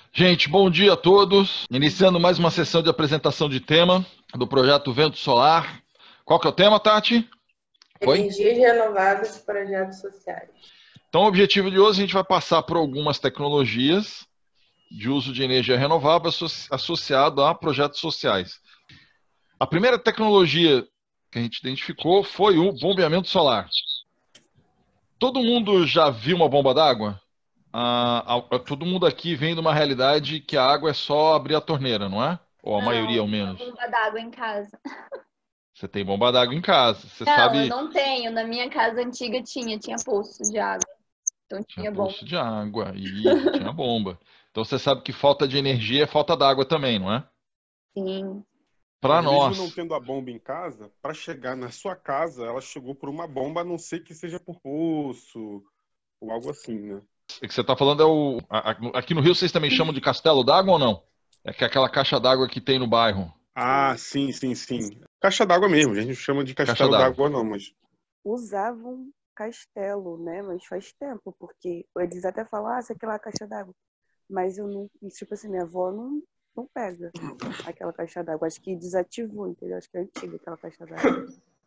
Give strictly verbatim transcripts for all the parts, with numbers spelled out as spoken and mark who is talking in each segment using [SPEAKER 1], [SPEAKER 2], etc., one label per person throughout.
[SPEAKER 1] Gente, bom dia a todos. Iniciando mais uma sessão de apresentação de tema do projeto Vento Solar. Qual que é o tema, Tati?
[SPEAKER 2] Foi? Energias renováveis e projetos sociais.
[SPEAKER 1] Então, o objetivo de hoje, a gente vai passar por algumas tecnologias de uso de energia renovável associado a projetos sociais. A primeira tecnologia que a gente identificou foi o bombeamento solar. Todo mundo já viu uma bomba d'água? Ah, todo mundo aqui vem de uma realidade que a água é só abrir a torneira, não é? Ou a
[SPEAKER 3] não,
[SPEAKER 1] maioria, ao menos.
[SPEAKER 3] Bomba d'água em casa.
[SPEAKER 1] Você tem bomba d'água em casa. Você
[SPEAKER 3] não,
[SPEAKER 1] sabe...
[SPEAKER 3] eu não tenho. Na minha casa antiga tinha, tinha poço de água. Então tinha,
[SPEAKER 1] tinha
[SPEAKER 3] bomba.
[SPEAKER 1] poço de água e tinha bomba. Então você sabe que falta de energia é falta d'água também, não é?
[SPEAKER 3] Sim.
[SPEAKER 1] Para nós.
[SPEAKER 4] Mesmo não tendo a bomba em casa, para chegar na sua casa, ela chegou por uma bomba, a não ser que seja por poço ou algo assim, né?
[SPEAKER 1] O que você está falando é o... Aqui no Rio vocês também chamam de castelo d'água ou não? É que é aquela caixa d'água que tem no bairro.
[SPEAKER 4] Ah, sim, sim, sim. Caixa d'água mesmo, a gente não chama de castelo d'água não, mas...
[SPEAKER 5] Usavam castelo, né? Mas faz tempo, porque eles até falam, ah, isso aqui é uma caixa d'água. Mas eu não, tipo assim, minha avó não, não pega aquela caixa d'água. Acho que desativou, entendeu? Acho que é antiga aquela caixa d'água.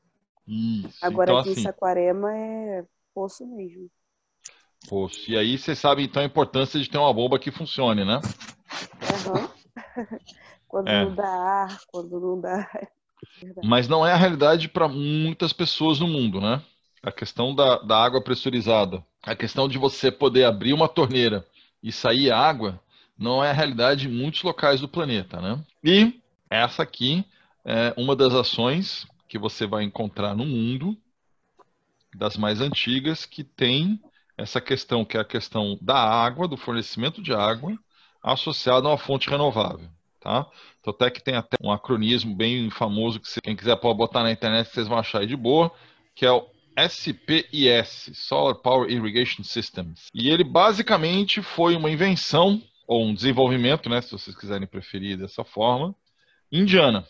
[SPEAKER 1] Isso.
[SPEAKER 5] Agora
[SPEAKER 1] Então,
[SPEAKER 5] aqui
[SPEAKER 1] assim,
[SPEAKER 5] em Saquarema é poço mesmo.
[SPEAKER 1] Poço. E aí você sabe então a importância de ter uma bomba que funcione, né?
[SPEAKER 5] Uhum. Quando
[SPEAKER 1] É.
[SPEAKER 5] não dá ar, quando não dá...
[SPEAKER 1] Mas não é a realidade para muitas pessoas no mundo, né? A questão da, da água pressurizada, a questão de você poder abrir uma torneira e sair água, não é a realidade em muitos locais do planeta, né? E essa aqui é uma das ações que você vai encontrar no mundo, das mais antigas, que tem essa questão, que é a questão da água, do fornecimento de água, associada a uma fonte renovável. Tá? Então, até que tem até um acronismo bem famoso, que se, quem quiser pode botar na internet, vocês vão achar aí de boa, que é o S P I S, Solar Power Irrigation Systems. E ele basicamente foi uma invenção, ou um desenvolvimento, né, se vocês quiserem preferir dessa forma, indiana.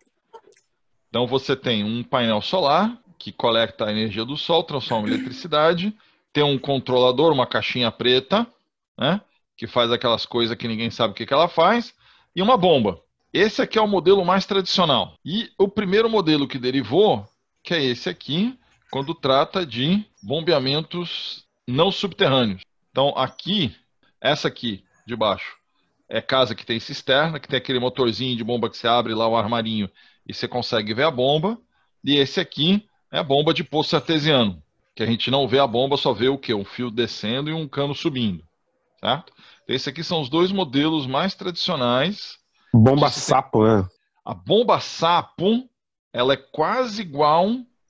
[SPEAKER 1] Então você tem um painel solar, que coleta a energia do sol, transforma em eletricidade, tem um controlador, uma caixinha preta, né, que faz aquelas coisas que ninguém sabe o que, que ela faz, e uma bomba. Esse aqui é o modelo mais tradicional. E o primeiro modelo que derivou, que é esse aqui, quando trata de bombeamentos não subterrâneos. Então aqui, essa aqui de baixo, é casa que tem cisterna, que tem aquele motorzinho de bomba que você abre lá o armarinho e você consegue ver a bomba. E esse aqui é a bomba de poço artesiano, que a gente não vê a bomba, só vê o quê? Um fio descendo e um cano subindo. Certo? Esses aqui são os dois modelos mais tradicionais.
[SPEAKER 4] Bomba sapo, né?
[SPEAKER 1] A bomba sapo, ela é quase igual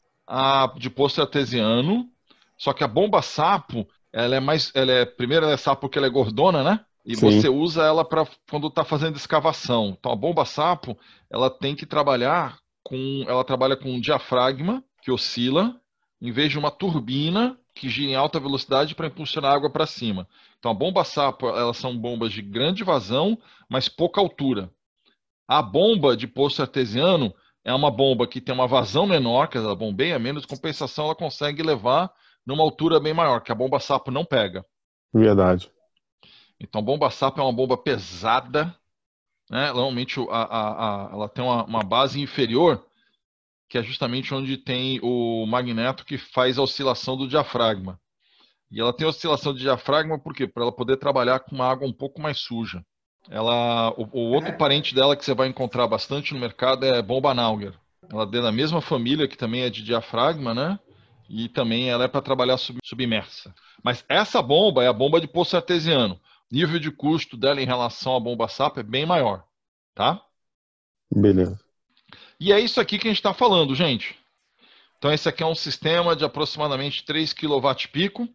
[SPEAKER 1] a de poço artesiano, só que a bomba sapo, ela é mais, ela é, primeiro ela é sapo porque ela é gordona, né? E
[SPEAKER 4] Sim.
[SPEAKER 1] você usa ela para quando está fazendo escavação. Então a bomba sapo, ela tem que trabalhar com, ela trabalha com um diafragma que oscila, em vez de uma turbina que gira em alta velocidade para impulsionar a água para cima. Então a bomba sapo, elas são bombas de grande vazão, mas pouca altura. A bomba de poço artesiano é uma bomba que tem uma vazão menor, que ela bombeia menos, compensação ela consegue levar numa altura bem maior, que a bomba sapo não pega.
[SPEAKER 4] Verdade.
[SPEAKER 1] Então a bomba sapo é uma bomba pesada, né? Normalmente a, a, a, ela tem uma, uma base inferior, que é justamente onde tem o magneto que faz a oscilação do diafragma. E ela tem oscilação de diafragma por quê? Para ela poder trabalhar com uma água um pouco mais suja. Ela, o, o outro parente dela que você vai encontrar bastante no mercado é bomba Nauger. Ela é da mesma família, que também é de diafragma, né? E também ela é para trabalhar sub, submersa. Mas essa bomba é a bomba de poço artesiano. O nível de custo dela em relação à bomba sapo é bem maior. Tá?
[SPEAKER 4] Beleza.
[SPEAKER 1] E é isso aqui que a gente está falando, gente. Então esse aqui é um sistema de aproximadamente três quilowatt-pico.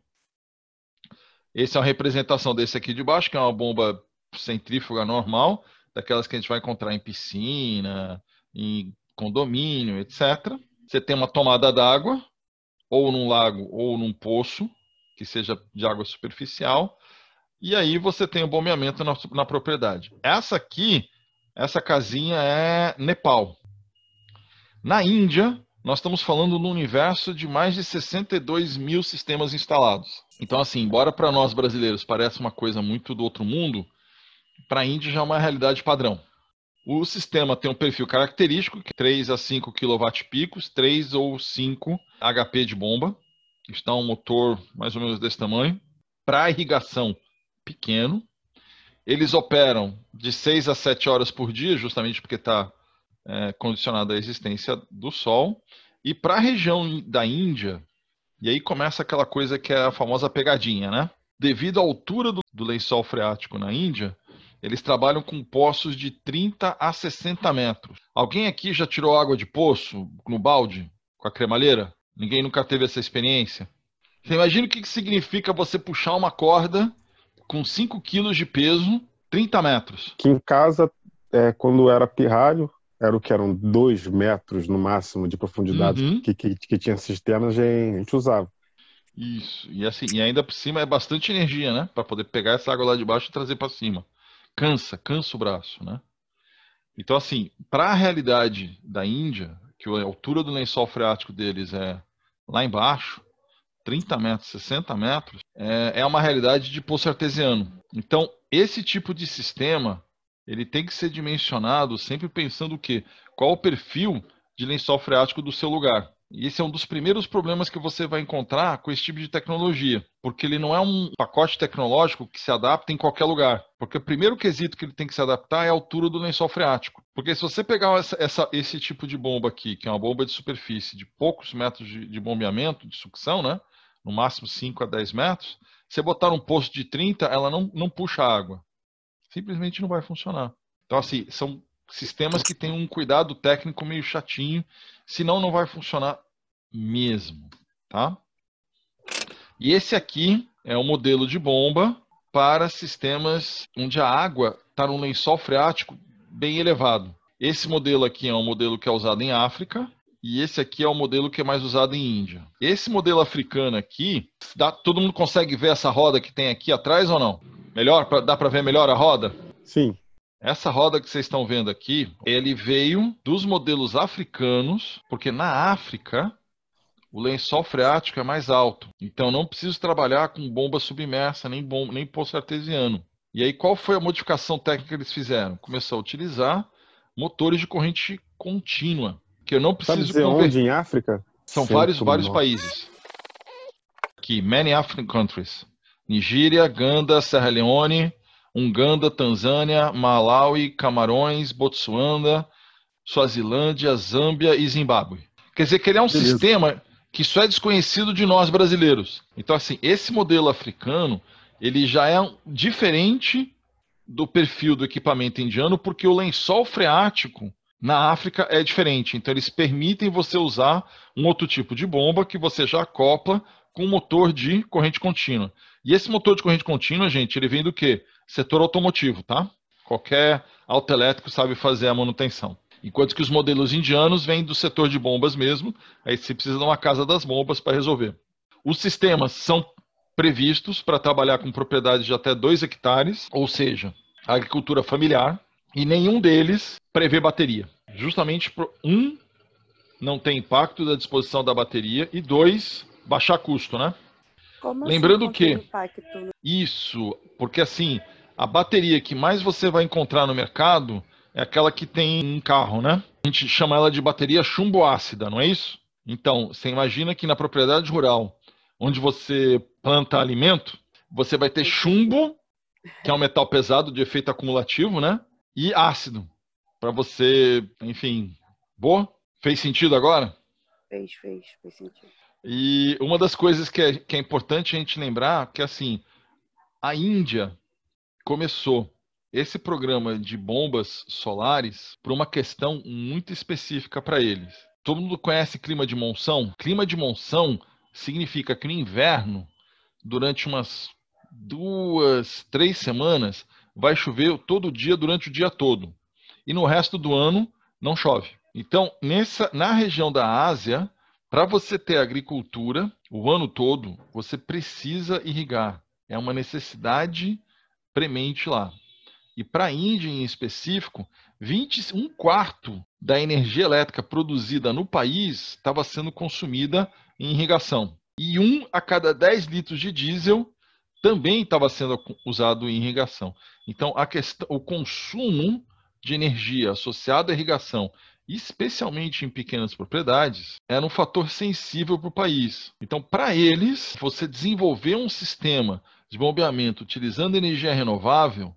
[SPEAKER 1] Essa é uma representação desse aqui de baixo, que é uma bomba centrífuga normal, daquelas que a gente vai encontrar em piscina, em condomínio, etcétera. Você tem uma tomada d'água, ou num lago, ou num poço, que seja de água superficial, e aí você tem o bombeamento na, na propriedade. Essa aqui, essa casinha é Nepal. Na Índia, nós estamos falando no universo de mais de sessenta e dois mil sistemas instalados. Então, assim, embora para nós brasileiros pareça uma coisa muito do outro mundo, para a Índia já é uma realidade padrão. O sistema tem um perfil característico, que é três a cinco quilowatt-picos, três ou cinco H P de bomba. Está um motor mais ou menos desse tamanho. Para irrigação, pequeno. Eles operam de seis a sete horas por dia, justamente porque está é, condicionado à existência do Sol. E para a região da Índia, e aí começa aquela coisa que é a famosa pegadinha, né? Devido à altura do, do lençol freático na Índia, eles trabalham com poços de trinta a sessenta metros. Alguém aqui já tirou água de poço no balde, com a cremalheira? Ninguém nunca teve essa experiência? Você imagina o que significa você puxar uma corda com cinco quilos de peso, trinta metros.
[SPEAKER 4] Aqui em casa, é, quando era pirralho, era o que eram dois metros no máximo de profundidade,
[SPEAKER 1] Uhum.
[SPEAKER 4] que, que, que tinha cisternas, a gente usava.
[SPEAKER 1] Isso, e assim, e ainda por cima é bastante energia, né? Para poder pegar essa água lá de baixo e trazer para cima. Cansa, cansa o braço, né? Então, assim, para a realidade da Índia, que a altura do lençol freático deles é lá embaixo, trinta metros, sessenta metros, é, é uma realidade de poço artesiano. Então, esse tipo de sistema, ele tem que ser dimensionado sempre pensando o quê? Qual o perfil de lençol freático do seu lugar? E esse é um dos primeiros problemas que você vai encontrar com esse tipo de tecnologia, porque ele não é um pacote tecnológico que se adapta em qualquer lugar. Porque o primeiro quesito que ele tem que se adaptar é a altura do lençol freático. Porque se você pegar essa, essa, esse tipo de bomba aqui, que é uma bomba de superfície de poucos metros de, de bombeamento, de sucção, né? No máximo cinco a dez metros, você botar um poço de trinta, ela não, não puxa água. Simplesmente não vai funcionar. Então, assim, são sistemas que têm um cuidado técnico meio chatinho, senão não vai funcionar mesmo, tá? E esse aqui é um modelo de bomba para sistemas onde a água está num lençol freático bem elevado. Esse modelo aqui é um modelo que é usado em África, e esse aqui é o modelo que é mais usado em Índia. Esse modelo africano aqui, dá, todo mundo consegue ver essa roda que tem aqui atrás ou não? Melhor? Dá para ver melhor a roda?
[SPEAKER 4] Sim.
[SPEAKER 1] Essa roda que vocês estão vendo aqui, ele veio dos modelos africanos, porque na África o lençol freático é mais alto. Então não preciso trabalhar com bomba submersa, nem, bom, nem poço artesiano. E aí qual foi a modificação técnica que eles fizeram? Começou a utilizar motores de corrente contínua, que eu não preciso
[SPEAKER 4] Sabe dizer
[SPEAKER 1] converter.
[SPEAKER 4] onde em África?
[SPEAKER 1] São
[SPEAKER 4] Centro
[SPEAKER 1] vários, vários
[SPEAKER 4] Norte.
[SPEAKER 1] países. Aqui, many African countries. Nigéria, Ganda, Serra Leone, Uganda, Tanzânia, Malawi, Camarões, Botsuana, Suazilândia, Zâmbia e Zimbábue. Quer dizer que ele é um
[SPEAKER 4] Beleza.
[SPEAKER 1] sistema que só é desconhecido de nós brasileiros. Então, assim, esse modelo africano, ele já é diferente do perfil do equipamento indiano, porque o lençol freático na África é diferente. Então, eles permitem você usar um outro tipo de bomba que você já acopla com um motor de corrente contínua. E esse motor de corrente contínua, gente, ele vem do quê? Setor automotivo, tá? Qualquer autoelétrico sabe fazer a manutenção. Enquanto que os modelos indianos vêm do setor de bombas mesmo, aí você precisa de uma casa das bombas para resolver. Os sistemas são previstos para trabalhar com propriedades de até dois hectares, ou seja, agricultura familiar, e nenhum deles prevê bateria. Justamente por um, não tem impacto da disposição da bateria, e dois, baixar custo, né?
[SPEAKER 5] Como
[SPEAKER 1] Lembrando
[SPEAKER 5] assim, não tem
[SPEAKER 1] que-
[SPEAKER 5] impacto, né?
[SPEAKER 1] Isso, porque assim, a bateria que mais você vai encontrar no mercado é aquela que tem em carro, né? A gente chama ela de bateria chumbo-ácida, não é isso? Então, você imagina que na propriedade rural, onde você planta alimento, você vai ter chumbo, que é um metal pesado de efeito acumulativo, né? E ácido, para você, enfim, boa? Fez sentido agora?
[SPEAKER 5] Fez, fez, fez sentido.
[SPEAKER 1] E uma das coisas que é, que é importante a gente lembrar que, assim, a Índia começou esse programa de bombas solares por uma questão muito específica para eles. Todo mundo conhece clima de monção? Clima de monção significa que no inverno, durante umas duas, três semanas, vai chover todo dia durante o dia todo. E no resto do ano não chove. Então, nessa, na região da Ásia, para você ter agricultura o ano todo, você precisa irrigar. É uma necessidade premente lá. E para a Índia em específico, vinte, um quarto da energia elétrica produzida no país estava sendo consumida em irrigação. E um a cada dez litros de diesel também estava sendo usado em irrigação. Então, a questão, o consumo de energia associado à irrigação, especialmente em pequenas propriedades, era um fator sensível para o país. Então, para eles, você desenvolver um sistema de bombeamento utilizando energia renovável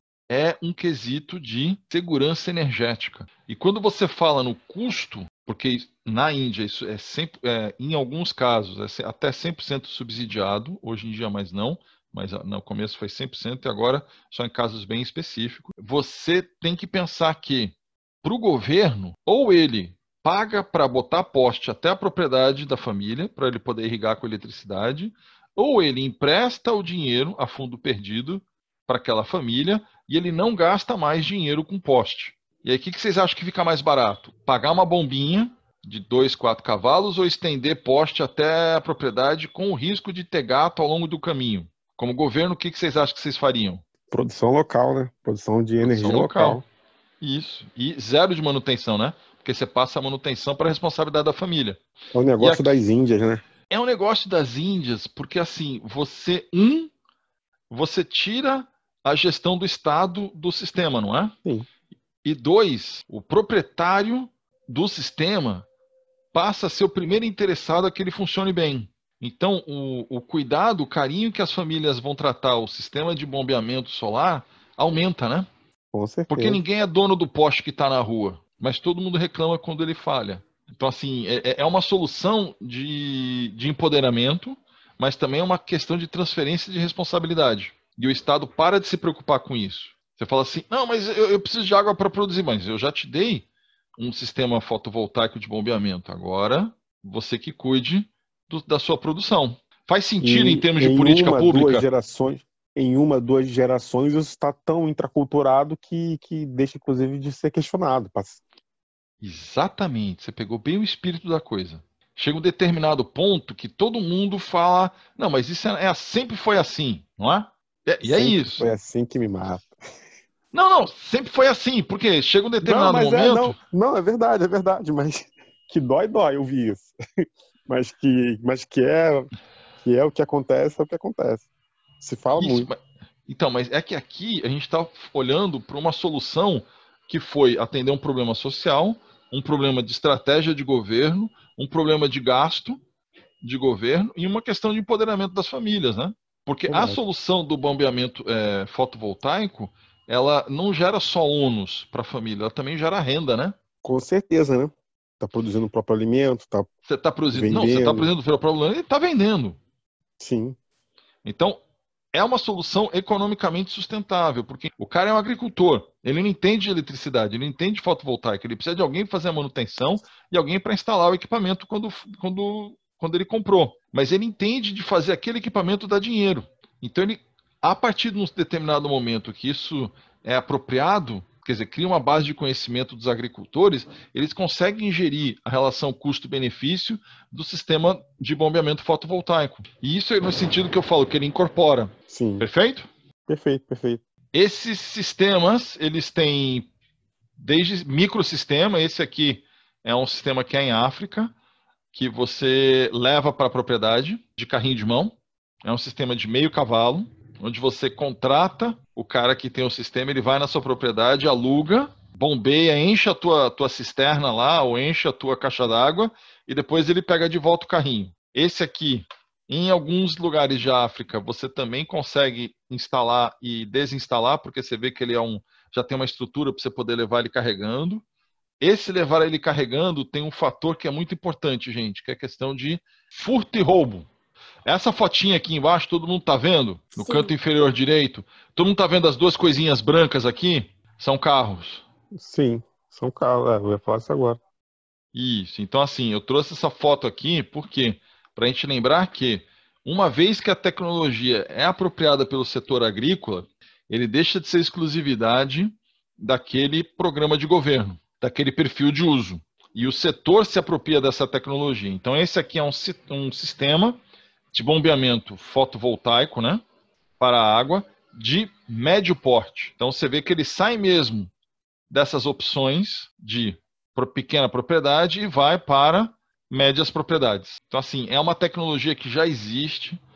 [SPEAKER 1] é um quesito de segurança energética. E quando você fala no custo, porque na Índia isso é, sempre, é em alguns casos é até cem por cento subsidiado, hoje em dia mais não, mas no começo foi cem por cento e agora só em casos bem específicos. Você tem que pensar que para o governo, ou ele paga para botar poste até a propriedade da família, para ele poder irrigar com eletricidade, ou ele empresta o dinheiro a fundo perdido para aquela família e ele não gasta mais dinheiro com poste. E aí, o que, que vocês acham que fica mais barato? Pagar uma bombinha de dois, quatro cavalos ou estender poste até a propriedade com o risco de ter gato ao longo do caminho? Como governo, o que, que vocês acham que vocês fariam?
[SPEAKER 4] Produção local, né? Produção de energia
[SPEAKER 1] Produção local.
[SPEAKER 4] local.
[SPEAKER 1] Isso. E zero de manutenção, né? Porque você passa a manutenção para a responsabilidade da família.
[SPEAKER 4] É o negócio
[SPEAKER 1] aqui,
[SPEAKER 4] das Índias, né?
[SPEAKER 1] É um negócio das Índias, porque assim, você, um, você tira a gestão do Estado do sistema, não é?
[SPEAKER 4] Sim.
[SPEAKER 1] E dois, o proprietário do sistema passa a ser o primeiro interessado a que ele funcione bem. Então, o, o cuidado, o carinho que as famílias vão tratar o sistema de bombeamento solar aumenta, né?
[SPEAKER 4] Com certeza.
[SPEAKER 1] Porque ninguém é dono do poste que está na rua, mas todo mundo reclama quando ele falha. Então, assim, é, é uma solução de, de empoderamento, mas também é uma questão de transferência de responsabilidade. E o Estado para de se preocupar com isso. Você fala assim, não, mas eu, eu preciso de água para produzir, mas eu já te dei um sistema fotovoltaico de bombeamento. Agora, você que cuide do, da sua produção. Faz sentido
[SPEAKER 4] E,
[SPEAKER 1] em termos de
[SPEAKER 4] em
[SPEAKER 1] política
[SPEAKER 4] uma,
[SPEAKER 1] pública?
[SPEAKER 4] Duas gerações, em uma, duas gerações, isso está tão intraculturado que, que deixa, inclusive, de ser questionado.
[SPEAKER 1] Exatamente. Você pegou bem o espírito da coisa. Chega um determinado ponto que todo mundo fala, não, mas isso é, é sempre foi assim, não é? é e é
[SPEAKER 4] sempre
[SPEAKER 1] isso.
[SPEAKER 4] Foi assim que me mata.
[SPEAKER 1] Não, não, sempre foi assim, porque chega um determinado
[SPEAKER 4] não, mas
[SPEAKER 1] momento...
[SPEAKER 4] É, não, não, é verdade, é verdade, mas que dói, dói, eu vi isso. mas que, mas que, é, que é o que acontece, é o que acontece. Se fala
[SPEAKER 1] isso,
[SPEAKER 4] muito.
[SPEAKER 1] Mas, então, mas é que aqui a gente está olhando para uma solução que foi atender um problema social, um problema de estratégia de governo, um problema de gasto de governo e uma questão de empoderamento das famílias, né? Porque
[SPEAKER 4] Verdade.
[SPEAKER 1] a solução do bombeamento é, fotovoltaico, ela não gera só ônus para a família, ela também gera renda, né?
[SPEAKER 4] Com certeza, né? Tá produzindo o próprio alimento, tá
[SPEAKER 1] Você está produzindo,
[SPEAKER 4] vendendo.
[SPEAKER 1] não, você está produzindo o próprio alimento e está vendendo.
[SPEAKER 4] Sim.
[SPEAKER 1] Então, é uma solução economicamente sustentável, porque o cara é um agricultor, ele não entende de eletricidade, ele não entende de fotovoltaica, ele precisa de alguém para fazer a manutenção e alguém para instalar o equipamento quando, quando, quando ele comprou. Mas ele entende de fazer aquele equipamento dar dinheiro. Então, ele, a partir de um determinado momento que isso é apropriado, quer dizer, cria uma base de conhecimento dos agricultores, eles conseguem ingerir a relação custo-benefício do sistema de bombeamento fotovoltaico. E isso é no sentido que eu falo, que ele incorpora.
[SPEAKER 4] Sim.
[SPEAKER 1] Perfeito?
[SPEAKER 4] Perfeito, perfeito.
[SPEAKER 1] Esses sistemas, eles têm desde microsistema, esse aqui é um sistema que é em África, que você leva para a propriedade de carrinho de mão. É um sistema de meio cavalo, onde você contrata o cara que tem o sistema, ele vai na sua propriedade, aluga, bombeia, enche a tua, tua cisterna lá, ou enche a tua caixa d'água, e depois ele pega de volta o carrinho. Esse aqui, em alguns lugares de África, você também consegue instalar e desinstalar, porque você vê que ele é um, já tem uma estrutura para você poder levar ele carregando. Esse levar ele carregando tem um fator que é muito importante, gente, que é a questão de furto e roubo. Essa fotinha aqui embaixo, todo mundo tá vendo? No
[SPEAKER 5] Sim.
[SPEAKER 1] canto inferior direito. Todo mundo tá vendo as duas coisinhas brancas aqui? São carros.
[SPEAKER 4] Sim, são carros. É, eu ia falar isso agora.
[SPEAKER 1] Isso. Então, assim, eu trouxe essa foto aqui porque para a gente lembrar que uma vez que a tecnologia é apropriada pelo setor agrícola, ele deixa de ser exclusividade daquele programa de governo, daquele perfil de uso. E o setor se apropria dessa tecnologia. Então, esse aqui é um, um sistema de bombeamento fotovoltaico, né, para a água, de médio porte. Então, você vê que ele sai mesmo dessas opções de pequena propriedade e vai para médias propriedades. Então, assim, é uma tecnologia que já existe.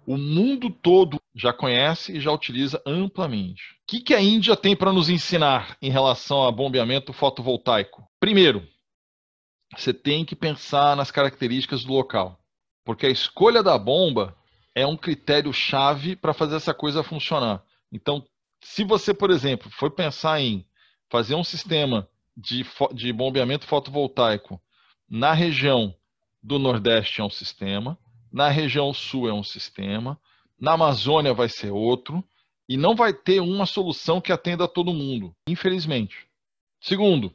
[SPEAKER 1] O mundo todo já conhece e já utiliza amplamente. O que, que a Índia tem para nos ensinar em relação a bombeamento fotovoltaico? Primeiro, você tem que pensar nas características do local, porque a escolha da bomba é um critério-chave para fazer essa coisa funcionar. Então, se você, por exemplo, for pensar em fazer um sistema de, de bombeamento fotovoltaico na região do Nordeste, é um sistema, na região Sul é um sistema, na Amazônia vai ser outro, e não vai ter uma solução que atenda a todo mundo, infelizmente. Segundo,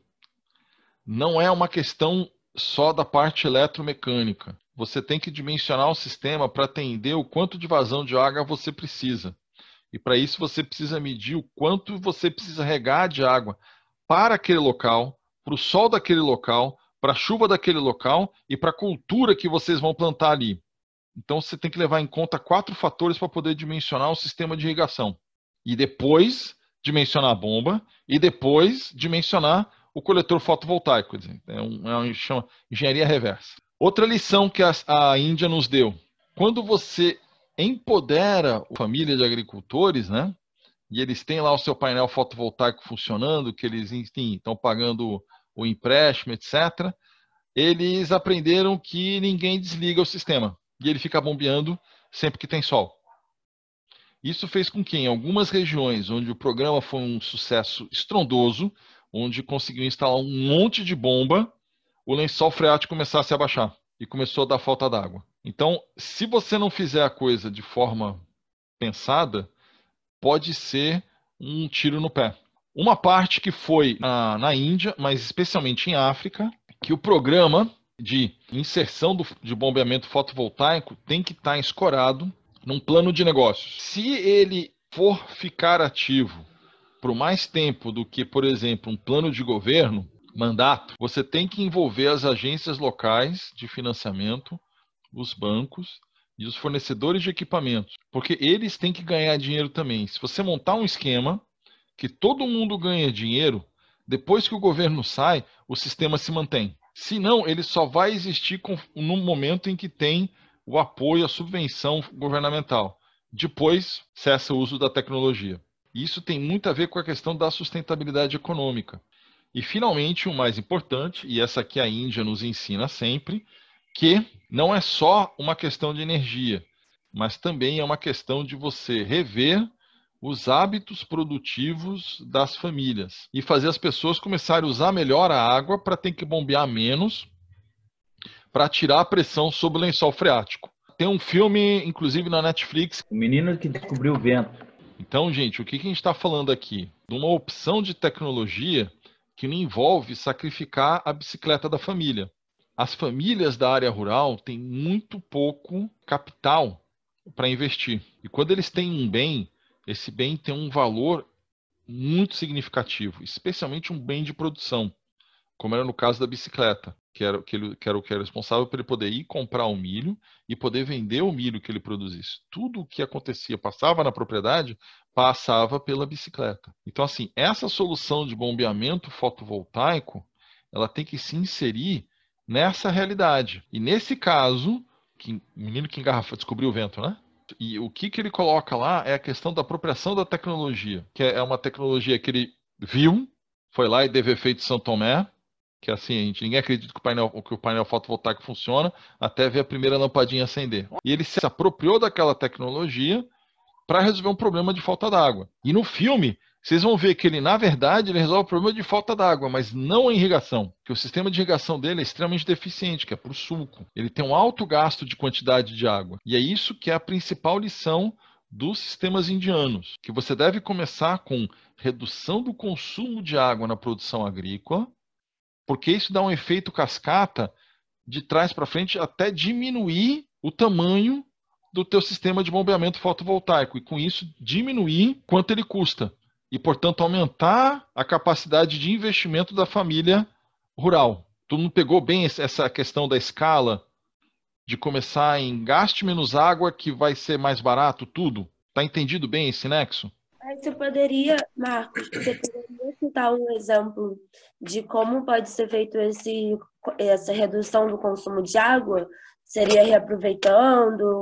[SPEAKER 1] não é uma questão só da parte eletromecânica. Você tem que dimensionar o sistema para atender o quanto de vazão de água você precisa. E para isso você precisa medir o quanto você precisa regar de água para aquele local, para o sol daquele local, para a chuva daquele local e para a cultura que vocês vão plantar ali. Então você tem que levar em conta quatro fatores para poder dimensionar o sistema de irrigação. E depois dimensionar a bomba e depois dimensionar o coletor fotovoltaico. É uma é chama engenharia reversa. Outra lição que a, a Índia nos deu. Quando você empodera a família de agricultores, né? E eles têm lá o seu painel fotovoltaico funcionando, que eles, enfim, estão pagando o empréstimo, etcétera. Eles aprenderam que ninguém desliga o sistema. E ele fica bombeando sempre que tem sol. Isso fez com que, em algumas regiões onde o programa foi um sucesso estrondoso, onde conseguiu instalar um monte de bomba, o lençol freático começasse a baixar e começou a dar falta d'água. Então, se você não fizer a coisa de forma pensada, pode ser um tiro no pé. Uma parte que foi na, na Índia, mas especialmente em África, que o programa de inserção do, de bombeamento fotovoltaico tem que estar escorado num plano de negócios. Se ele for ficar ativo por mais tempo do que, por exemplo, um plano de governo, mandato, você tem que envolver as agências locais de financiamento, os bancos e os fornecedores de equipamentos, porque eles têm que ganhar dinheiro também. Se você montar um esquema que todo mundo ganha dinheiro, depois que o governo sai, o sistema se mantém. Se não, ele só vai existir no momento em que tem o apoio, a subvenção governamental. Depois, cessa o uso da tecnologia. Isso tem muito a ver com a questão da sustentabilidade econômica. E, finalmente, o mais importante, e essa aqui a Índia nos ensina sempre, que não é só uma questão de energia, mas também é uma questão de você rever os hábitos produtivos das famílias e fazer as pessoas começarem a usar melhor a água para ter que bombear menos, para tirar a pressão sobre o lençol freático. Tem um filme, inclusive, na Netflix.
[SPEAKER 6] O Menino que Descobriu o Vento.
[SPEAKER 1] Então, gente, o que a gente está falando aqui? De uma opção de tecnologia que não envolve sacrificar a bicicleta da família. As famílias da área rural têm muito pouco capital para investir. E quando eles têm um bem, esse bem tem um valor muito significativo, especialmente um bem de produção, como era no caso da bicicleta, que era, que ele, que era o que era responsável por ele poder ir comprar o milho e poder vender o milho que ele produzisse. Tudo o que acontecia, passava na propriedade, passava pela bicicleta. Então, assim, essa solução de bombeamento fotovoltaico, ela tem que se inserir nessa realidade. E nesse caso, que, o menino que engarrafa descobriu o vento, né? E o que, que ele coloca lá é a questão da apropriação da tecnologia, que é uma tecnologia que ele viu, foi lá e teve efeito São Tomé, que assim, a gente, ninguém acredita que o, painel, que o painel fotovoltaico funciona, até ver a primeira lampadinha acender. E ele se apropriou daquela tecnologia para resolver um problema de falta d'água. E no filme, vocês vão ver que ele, na verdade, ele resolve o problema de falta d'água, mas não a irrigação, porque o sistema de irrigação dele é extremamente deficiente, que é por suco. Ele tem um alto gasto de quantidade de água. E é isso que é a principal lição dos sistemas indianos, que você deve começar com redução do consumo de água na produção agrícola, porque isso dá um efeito cascata de trás para frente até diminuir o tamanho do teu sistema de bombeamento fotovoltaico e com isso diminuir quanto ele custa e, portanto, aumentar a capacidade de investimento da família rural. Tu não pegou bem essa questão da escala de começar em gaste menos água que vai ser mais barato tudo? Tá entendido bem esse nexo?
[SPEAKER 7] Você poderia, Marcos, você poderia citar um exemplo de como pode ser feito esse, essa redução do consumo de água? Seria reaproveitando?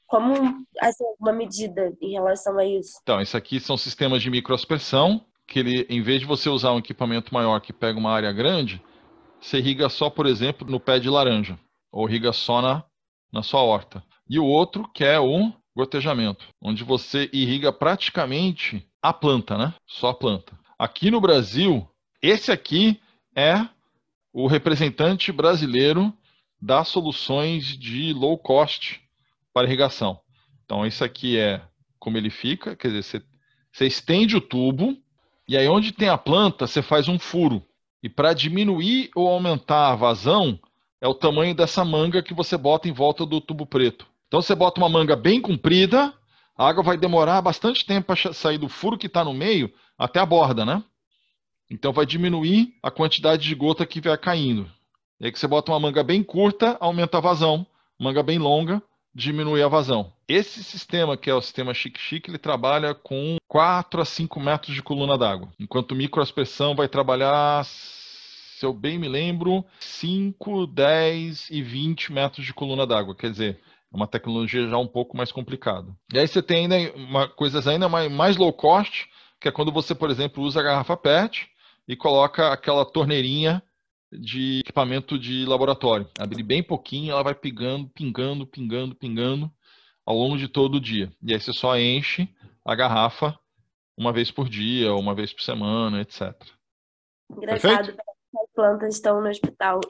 [SPEAKER 7] como, assim, uma medida em relação a isso?
[SPEAKER 1] Então, isso aqui são sistemas de microaspersão, que ele, em vez de você usar um equipamento maior que pega uma área grande, você irriga só, por exemplo, no pé de laranja, ou irriga só na, na sua horta. E o outro, que é o gotejamento, onde você irriga praticamente a planta, né? Só a planta. Aqui no Brasil, esse aqui é o representante brasileiro das soluções de low cost para irrigação. Então, isso aqui é como ele fica, quer dizer, você, você estende o tubo, e aí onde tem a planta, você faz um furo. E para diminuir ou aumentar a vazão, é o tamanho dessa manga que você bota em volta do tubo preto. Então, você bota uma manga bem comprida, a água vai demorar bastante tempo para sair do furo que está no meio até a borda, né? Então, vai diminuir a quantidade de gota que vai caindo. E aí que você bota uma manga bem curta, aumenta a vazão. Manga bem longa, diminui a vazão. Esse sistema, que é o sistema chique-chique, ele trabalha com quatro a cinco metros de coluna d'água. Enquanto o microaspersão vai trabalhar, se eu bem me lembro, cinco, dez e vinte metros de coluna d'água. Quer dizer, é uma tecnologia já um pouco mais complicada. E aí você tem ainda uma, coisas ainda mais, mais low cost, que é quando você, por exemplo, usa a garrafa P E T e coloca aquela torneirinha de equipamento de laboratório. Abre bem pouquinho, ela vai pingando, pingando, pingando, pingando ao longo de todo o dia. E aí você só enche a garrafa uma vez por dia, uma vez por semana, etcétera.
[SPEAKER 7] Engraçado, as plantas estão no hospital.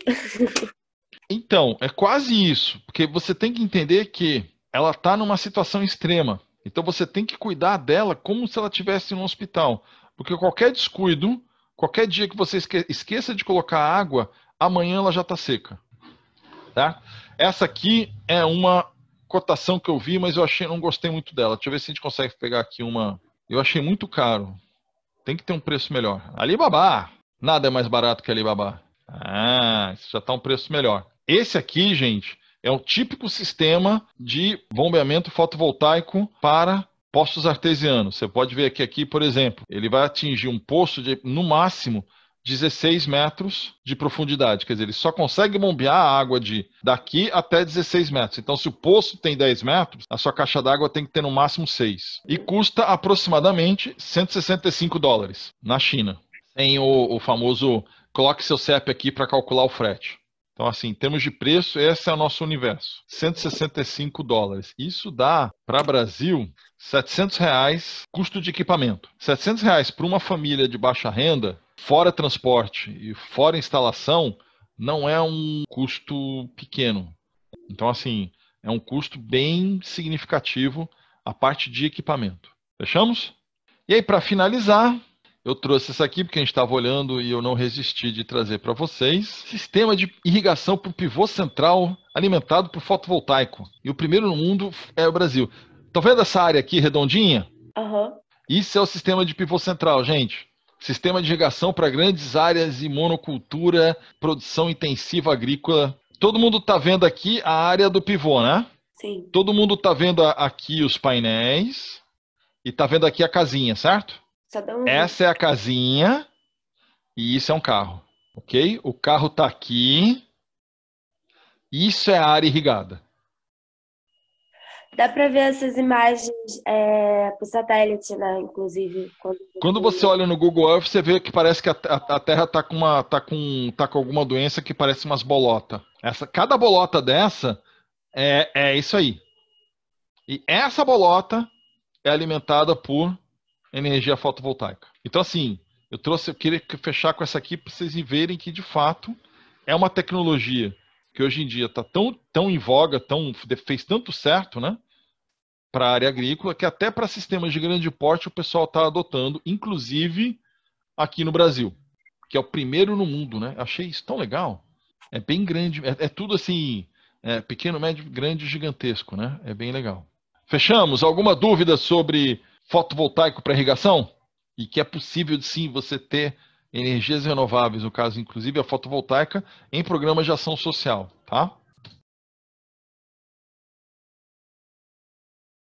[SPEAKER 1] Então, é quase isso, porque você tem que entender que ela está numa situação extrema. Então você tem que cuidar dela como se ela estivesse no hospital. Porque qualquer descuido, qualquer dia que você esqueça de colocar água, amanhã ela já está seca. Tá? Essa aqui é uma cotação que eu vi, mas eu achei, não gostei muito dela. Deixa eu ver se a gente consegue pegar aqui uma. Eu achei muito caro. Tem que ter um preço melhor. Alibaba! Nada é mais barato que Alibaba. Ah, isso já está um preço melhor. Esse aqui, gente, é um típico sistema de bombeamento fotovoltaico para poços artesianos. Você pode ver que aqui, por exemplo, ele vai atingir um poço de, no máximo, dezesseis metros de profundidade. Quer dizer, ele só consegue bombear a água de daqui até dezesseis metros. Então, se o poço tem dez metros, a sua caixa d'água tem que ter no máximo seis. E custa aproximadamente cento e sessenta e cinco dólares na China. Tem o, o famoso, coloque seu C E P aqui para calcular o frete. Então, assim, em termos de preço, esse é o nosso universo. cento e sessenta e cinco dólares. Isso dá, para o Brasil, setecentos reais custo de equipamento. setecentos reais para uma família de baixa renda, fora transporte e fora instalação, não é um custo pequeno. Então, assim, é um custo bem significativo a parte de equipamento. Fechamos? E aí, para finalizar, eu trouxe essa aqui porque a gente estava olhando e eu não resisti de trazer para vocês. Sistema de irrigação por pivô central alimentado por fotovoltaico. E o primeiro no mundo é o Brasil. Estão vendo essa área aqui redondinha?
[SPEAKER 7] Uhum.
[SPEAKER 1] Isso é o sistema de pivô central, gente. Sistema de irrigação para grandes áreas e monocultura, produção intensiva agrícola. Todo mundo está vendo aqui a área do pivô, né?
[SPEAKER 7] Sim.
[SPEAKER 1] Todo mundo está vendo aqui os painéis e está vendo aqui a casinha, certo?
[SPEAKER 7] Um
[SPEAKER 1] Essa é a casinha e isso é um carro, ok? O carro está aqui. Isso é a área irrigada.
[SPEAKER 7] Dá para ver essas imagens é, por satélite, né? Inclusive. Quando,
[SPEAKER 1] quando você olha no Google Earth, você vê que parece que a, a, a Terra está com, uma, tá com, tá com alguma doença que parece umas bolotas. Essa, cada bolota dessa é, é isso aí. E essa bolota é alimentada por energia fotovoltaica. Então, assim, eu trouxe, eu queria fechar com essa aqui para vocês verem que, de fato, é uma tecnologia que hoje em dia está tão, tão em voga, tão, fez tanto certo, né, para a área agrícola, que até para sistemas de grande porte o pessoal está adotando, inclusive aqui no Brasil, que é o primeiro no mundo, né? Achei isso tão legal. É bem grande, é, é tudo assim, é pequeno, médio, grande, gigantesco, né? É bem legal. Fechamos? Alguma dúvida sobre fotovoltaico para irrigação? E que é possível, sim, você ter energias renováveis, no caso, inclusive a fotovoltaica, em programas de ação social, tá?